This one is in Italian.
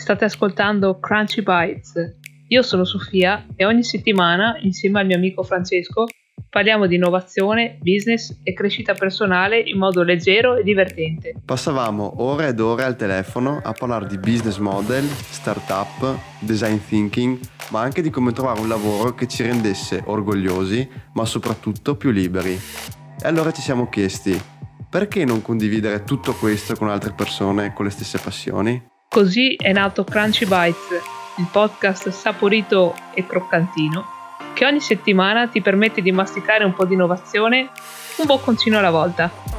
State ascoltando Crunchy Bites. Io sono Sofia e ogni settimana, insieme al mio amico Francesco, parliamo di innovazione, business e crescita personale in modo leggero e divertente. Passavamo ore ed ore al telefono a parlare di business model, startup, design thinking, ma anche di come trovare un lavoro che ci rendesse orgogliosi, ma soprattutto più liberi. E allora ci siamo chiesti, perché non condividere tutto questo con altre persone con le stesse passioni? Così è nato Crunchy Bites, il podcast saporito e croccantino che ogni settimana ti permette di masticare un po' di innovazione, un bocconcino alla volta.